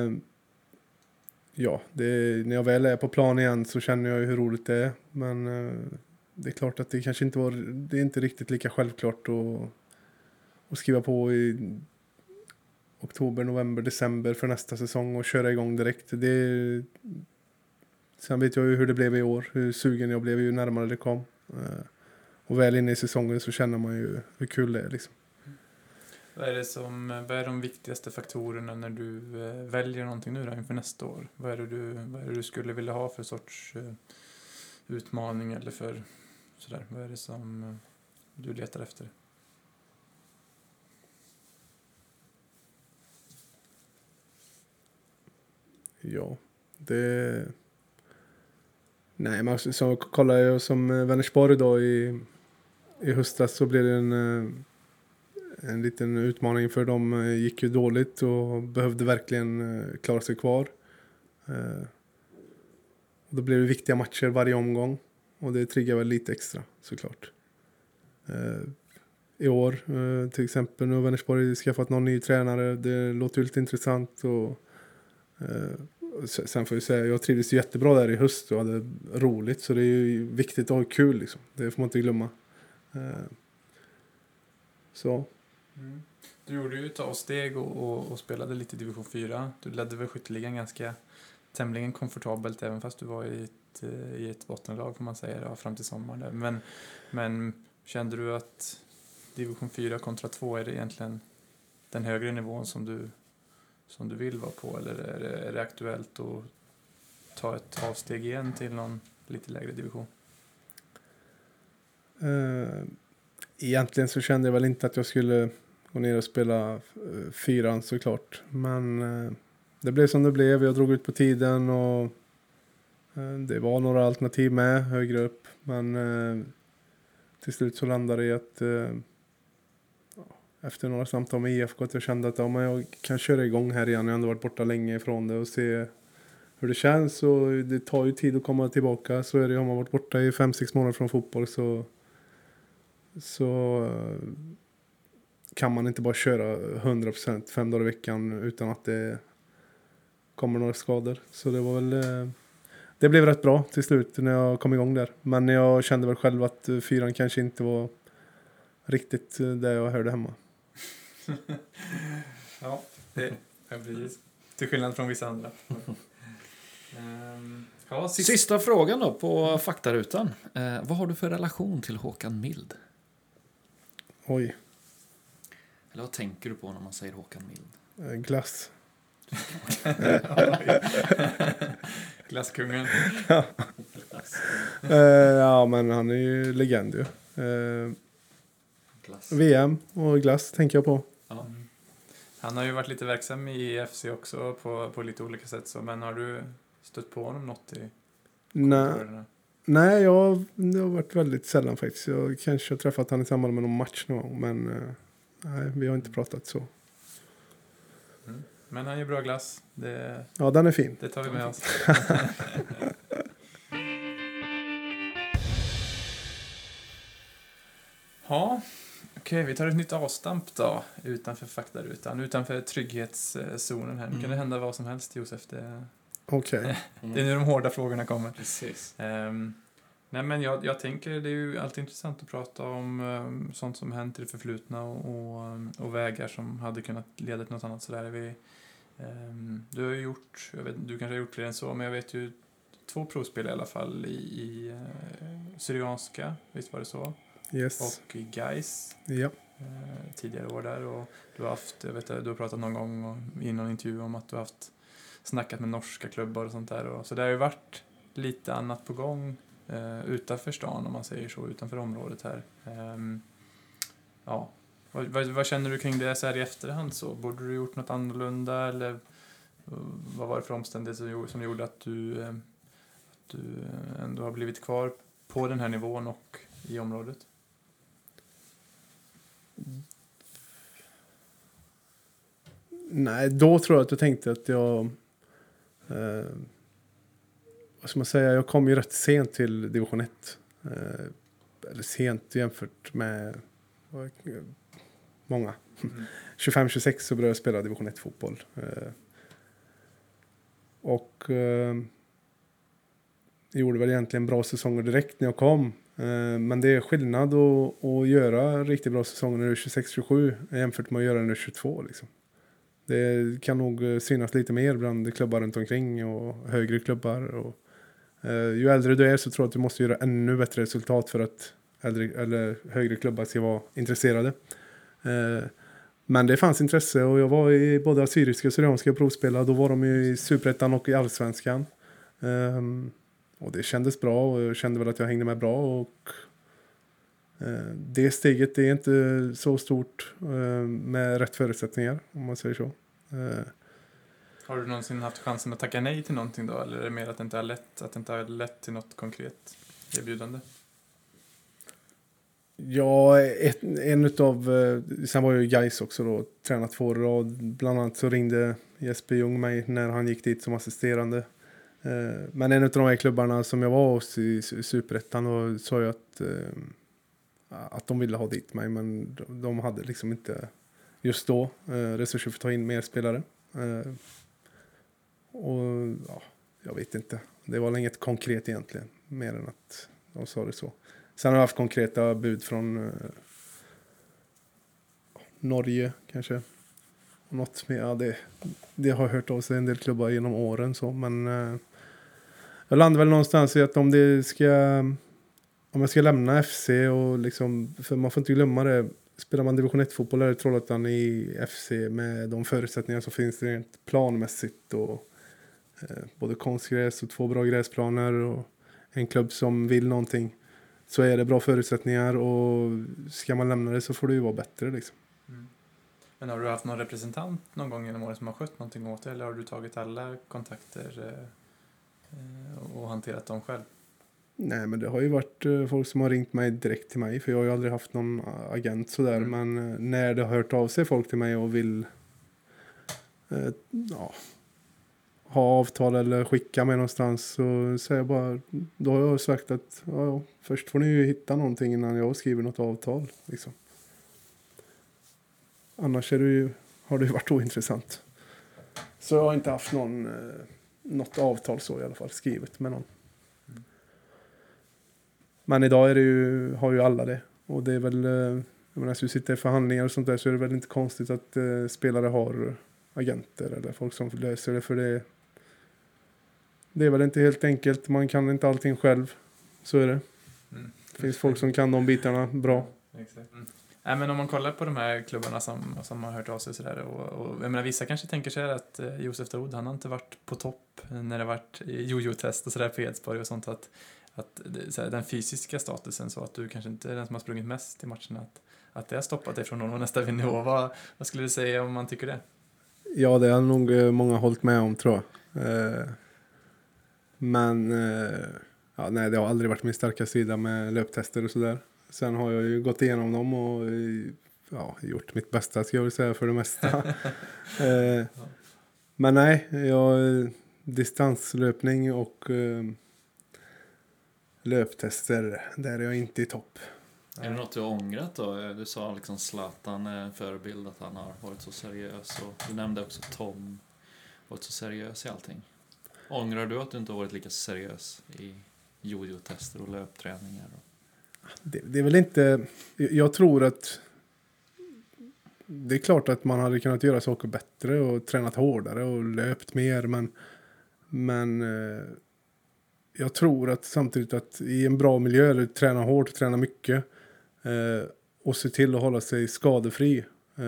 ja, när jag väl är på plan igen så känner jag ju hur roligt det är. Men det är klart att det kanske inte det är inte riktigt lika självklart att skriva på i oktober, november, december för nästa säsong och köra igång direkt. Sen vet jag ju hur det blev i år, hur sugen jag blev ju närmare det kom. Och väl inne i säsongen så känner man ju hur kul det är liksom. Vad är de viktigaste faktorerna när du väljer någonting nu då inför nästa år? Vad är det du skulle vilja ha för sorts utmaning eller för sådär? Vad är det som du letar efter? Ja, nej, men så kollar jag som Vänersborg då i höstas så blev det en liten utmaning för dem. Gick ju dåligt och behövde verkligen klara sig kvar. Då blev det viktiga matcher varje omgång och det triggar väl lite extra såklart. I år till exempel nu har Vänersborg skaffat någon ny tränare. Det låter ju lite intressant och sen får jag säga, jag trivdes jättebra där i höst och hade roligt, så det är ju viktigt att ha kul liksom. Det får man inte glömma. Så. Du gjorde ju ett avsteg och spelade lite i division 4. Du ledde väl skytteligan ganska tämligen komfortabelt även fast du var i ett bottenlag får man säga då, fram till sommaren där. Men kände du att division 4 kontra 2 är det egentligen den högre nivån som du vill vara på, eller är det aktuellt att ta ett avsteg igen till någon lite lägre division? Egentligen så kände jag väl inte att jag skulle gå ner och spela 4 såklart, men det blev som det blev. Jag drog ut på tiden och det var några alternativ med högre upp, men till slut så landade det i att efter några samtal med IFK att jag kände att jag kan köra igång här igen. Jag har ändå varit borta länge ifrån det och se hur det känns. Och det tar ju tid att komma tillbaka. Så är det, har man varit borta i 5-6 månader från fotboll så kan man inte bara köra 100% 5 dagar i veckan utan att det kommer några skador. Så det var väl det blev rätt bra till slut när jag kom igång där. Men jag kände väl själv att 4 kanske inte var riktigt det jag hörde hemma. Ja, det är precis. Till skillnad från vissa andra. Sista frågan då på faktarutan. Vad har du för relation till Håkan Mild? Oj. Eller vad tänker du på när man säger Håkan Mild? Glass. Glasskungen. Ja, men han är ju legend ju. Glass. VM och glass tänker jag på. Ja. Han har ju varit lite verksam i FC också på lite olika sätt. Men har du stött på honom något i? Nej, det har varit väldigt sällan faktiskt. Jag kanske har träffat han i samband med någon match någon gång, men nej, vi har inte pratat så. Mm. Men han gör bra glass. Ja, den är fin. Det tar vi med oss. Ja, okej, vi tar ett nytt avstamp då. Utanför faktarutan, utanför trygghetszonen här. Nu kan det hända vad som helst, Josef. Okej. Det är nu de hårda frågorna kommer. Precis. Nej, men jag tänker det är ju alltid intressant att prata om sånt som hänt i det förflutna och vägar som hade kunnat leda till något annat. Så där du har ju gjort, du kanske har gjort fler än så, men jag vet ju 2 provspel i alla fall i Syrianska, visst var det så? Yes. Och i Gais Ja. tidigare år där, och du har haft, du har pratat någon gång i någon intervju om att du har haft snackat med norska klubbar och sånt där, och så det har ju varit lite annat på gång utanför stan, om man säger så, utanför området här. Ja. Vad känner du kring det så här i efterhand? Så borde du gjort något annorlunda, eller vad var det för omständigheter som gjorde att du ändå har blivit kvar på den här nivån och i området? Nej, då tror jag att du tänkte att jag vad ska man säga, jag kom ju rätt sent till division 1. Eller sent jämfört med många. 25-26 så började jag spela division 1 fotboll. Och gjorde väl egentligen bra säsonger direkt när jag kom. Men det är skillnad att göra riktigt bra säsonger när du är 26-27 jämfört med att göra när du är 22 liksom. Det kan nog synas lite mer bland klubbar runt omkring och högre klubbar. Och, ju äldre du är så tror jag att du måste göra ännu bättre resultat för att eller högre klubbar ska vara intresserade. Men det fanns intresse, och jag var i både assyriska och syrianska provspelare. Då var de ju i Superettan och i Allsvenskan. Och det kändes bra, och jag kände väl att jag hängde med bra. Och det steget är inte så stort med rätt förutsättningar, om man säger så. Har du någonsin haft chansen att tacka nej till någonting då? Eller är det mer att det inte har lett till något konkret erbjudande? Ja, en utav... Sen var jag ju Gais också då, tränat 2 år, och bland annat så ringde Jesper Ljung mig när han gick dit som assisterande. Men en av de här klubbarna som jag var hos i Superettan, och sa jag att de ville ha dit mig, men de hade liksom inte just då resurser för att ta in mer spelare. Och ja, jag vet inte. Det var inget konkret egentligen, mer än att de sa det så. Sen har jag haft konkreta bud från Norge kanske. Något med, ja, det har hört av sig en del klubbar genom åren så, men jag landar väl någonstans i att om jag ska lämna FC, och liksom, för man får inte glömma det, spelar man division 1-fotboll är det Trollhättan i FC med de förutsättningar som finns rent planmässigt, och både konstgräs och 2 bra gräsplaner och en klubb som vill någonting, så är det bra förutsättningar, och ska man lämna det så får det ju vara bättre liksom. Mm. Men har du haft någon representant någon gång genom året som har skött någonting åt det, eller har du tagit alla kontakter och hanterat dem själv? Nej, men det har ju varit folk som har ringt mig direkt till mig, för jag har ju aldrig haft någon agent sådär. Men när det har hört av sig folk till mig och vill ha avtal eller skicka mig någonstans, så säger jag bara, då har jag sagt att först får ni ju hitta någonting innan jag skriver något avtal liksom. Annars har det ju varit ointressant. Så jag har inte haft något avtal så i alla fall skrivet med någon. Men idag har ju alla det. Och det är väl, jag menar, så sitter i förhandlingar och sånt där, så är det väl inte konstigt att spelare har agenter eller folk som löser det. För det är väl inte helt enkelt. Man kan inte allting själv. Så är det. Det finns folk som kan de bitarna bra. Exakt. Men om man kollar på de här klubbarna som har hört av sig sådär, och jag menar, vissa kanske tänker sig att Josef Daoud, han har inte varit på topp när det varit jojo-test och sådär på Edsborg och sånt, att så den fysiska statusen, så att du kanske inte är den som har sprungit mest i matcherna, att det har stoppat dig från någon nästa nivå. Vad skulle du säga om man tycker det? Ja, det har nog många hållit med om, tror jag. Men nej, det har aldrig varit min starka sida med löptester och sådär. Sen har jag ju gått igenom dem och gjort mitt bästa, ska jag väl säga, för det mesta. Men nej, distanslöpning och löptester, där är jag inte i topp. Är det något du har ångrat då? Du sa liksom Zlatan är en förebild, att han har varit så seriös. Och du nämnde också Tom, varit så seriös i allting. Ångrar du att du inte har varit lika seriös i jojo-tester och löpträningar? Det är väl inte... Jag tror att det är klart att man hade kunnat göra saker bättre och tränat hårdare och löpt mer, men jag tror att samtidigt att i en bra miljö, eller träna hårt, träna mycket och se till att hålla sig skadefri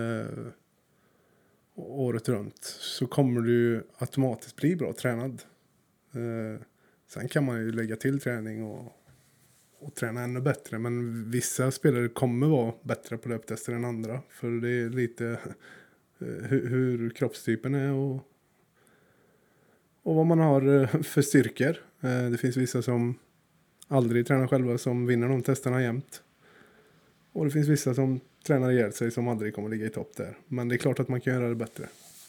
året runt, så kommer du automatiskt bli bra tränad. Sen kan man ju lägga till träning och träna ännu bättre, men vissa spelare kommer vara bättre på löptester än andra, för det är lite hur kroppstypen är och vad man har för styrkor. Det finns vissa som aldrig tränar själva som vinner de testerna jämt, och det finns vissa som tränar ihjäl sig som aldrig kommer ligga i topp där, men det är klart att man kan göra det bättre.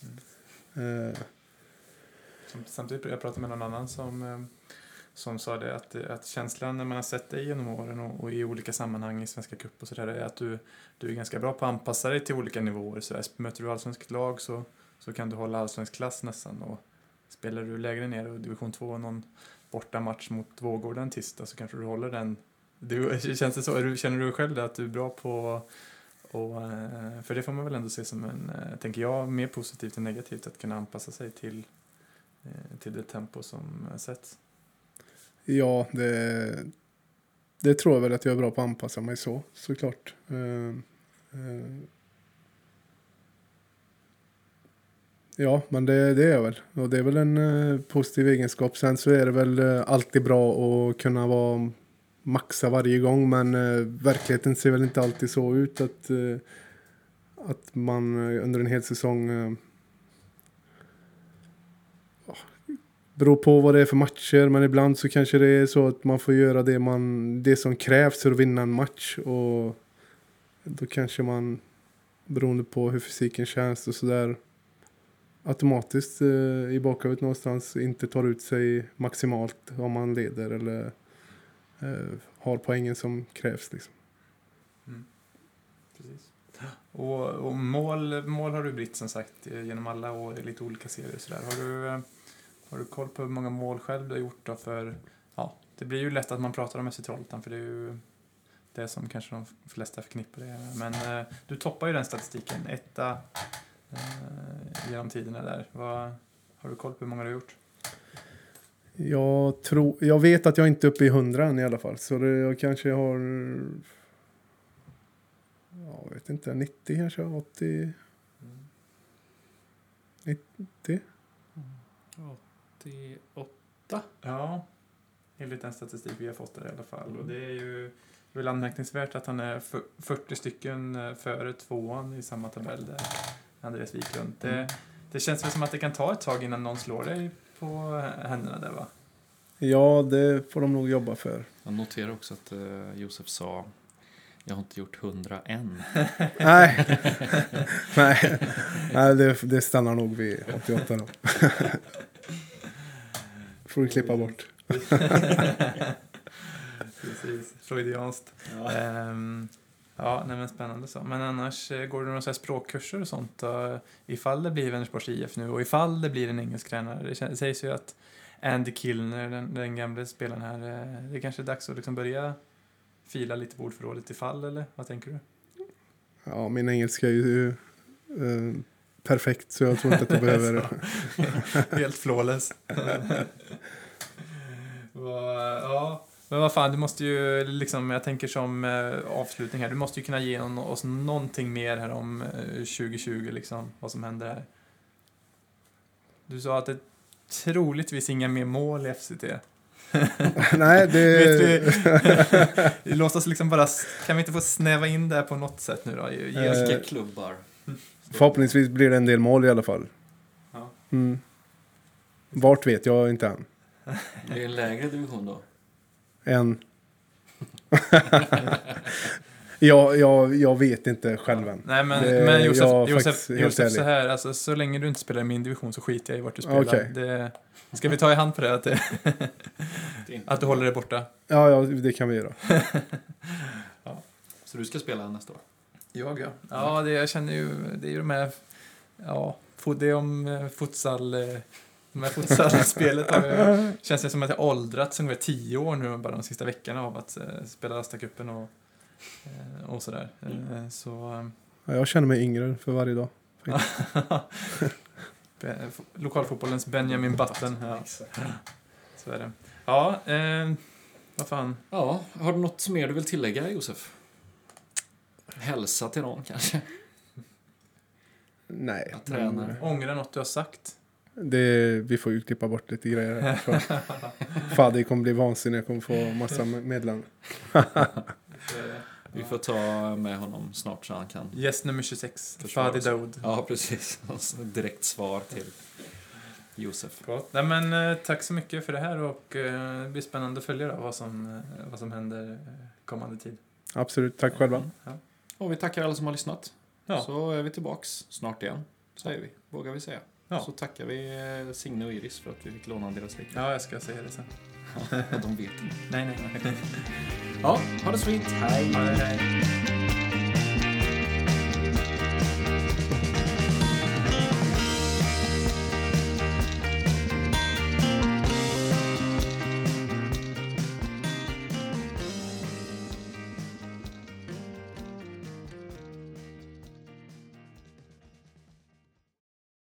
Samtidigt jag pratade med någon annan som sa det, att känslan när man har sett dig genom åren och i olika sammanhang i Svenska Cup och sådär, är att du är ganska bra på att anpassa dig till olika nivåer. Så möter du allsvenskt lag så kan du hålla allsvensk klass nästan, och spelar du lägre ner i division 2 någon borta match mot Vårgården tisdag, så kanske du håller den. Känns det så? Känner du själv att du är bra på, och för det får man väl ändå se som tänker jag, mer positivt än negativt, att kunna anpassa sig till det tempo som sätts? Ja, det tror jag väl att jag är bra på att anpassa mig såklart. Ja, men det är jag väl. Och det är väl en positiv egenskap. Sen så är det väl alltid bra att kunna maxa varje gång, men verkligheten ser väl inte alltid så ut att man under en hel säsong beror på vad det är för matcher, men ibland så kanske det är så att man får göra det som krävs för att vinna en match, och då kanske man, beroende på hur fysiken känns och sådär, automatiskt i bakhuvudet någonstans inte tar ut sig maximalt om man leder eller har poängen som krävs liksom. Precis. Och mål har du blivit som sagt genom alla år i lite olika serier och sådär. Har du koll på hur många mål själv du har gjort då? För det blir ju lätt att man pratar om SC Trollhättan, för det är ju det som kanske de flesta förknippar det. Men du toppar ju den statistiken, etta genom tiderna där. Har du koll på hur många du har gjort? Jag vet att jag inte är uppe i 100 än i alla fall. Så jag kanske har, jag vet inte, 90 kanske, 80, 90. 88. Ja, enligt den statistik vi har fått där i alla fall. Och det är ju väl anmärkningsvärt att han är 40 stycken före tvåan i samma tabell där, Andreas Wiklund. Det känns väl som att det kan ta ett tag innan någon slår dig på händerna där, va? Ja, det får de nog jobba för. Jag noterar också att Josef sa, jag har inte gjort 100 än. Nej, det stannar nog vid 88 då. Får du klippa bort. Precis, freudianskt. Ja, men spännande så. Men annars går det några så här språkkurser och sånt ifall det blir Vänersborgs IF nu, och ifall det blir en engelsk tränare. Det sägs ju att Andy Kilner, den gamla spelaren här, det kanske är dags att liksom börja fila lite på ordförrådet ifall, eller vad tänker du? Ja, min engelska är ju perfekt, så jag tror inte att jag behöver det. Helt flawless. Ja. Men vad fan, du måste ju liksom, jag tänker som avslutning här, du måste ju kunna ge oss någonting mer här om 2020 liksom, vad som händer här. Du sa att det troligtvis inga mer mål i FCT. Nej, Låt oss liksom bara, kan vi inte få snäva in det på något sätt nu då? Ge oss klubbar. Förhoppningsvis blir det en del mål i alla fall. Ja. Vart vet jag inte än. Det är en lägre division då. Jag vet inte själv än. Nej, men Jag Josef så här, alltså, så länge du inte spelar i min division så skiter jag i vart du spelar. Okej. Ska vi ta i hand på det? Att du håller det borta? Ja, det kan vi göra. Så du ska spela nästa år? Ja. Ja, jag känner ju, det är ju de här, det är om futsal, de här futsalspelet. Känns det som att jag åldrats ungefär 10 år nu, bara de sista veckorna av att spela Asta-cupen och sådär. Så... Ja, jag känner mig yngre för varje dag. Lokalfotbollens Benjamin Button. Ja. Så är det. Ja, vad fan. Ja, har du något mer du vill tillägga, Josef? Hälsa till någon kanske? Nej. Jag tränar. Ångra något du har sagt. Vi får ju klippa bort lite grejer här. Fadi kommer bli vansinnig. Jag kommer få massa medlemmar. Vi får ta med honom snart så han kan... Gäst nummer 26. Fadi Daoud. Ja, precis. Direkt svar till Josef. Gott. Nej, men tack så mycket för det här och det blir spännande att följa då, vad som händer kommande tid. Absolut. Tack själva. Ja. Och vi tackar alla som har lyssnat. Ja. Så är vi tillbaks snart igen, säger vi. Vågar vi säga. Ja. Så tackar vi Signe och Iris för att vi fick låna deras lik. Ja, jag ska säga det sen. De vet inte. Nej. Ja, ha det så fint. Hej. Hej.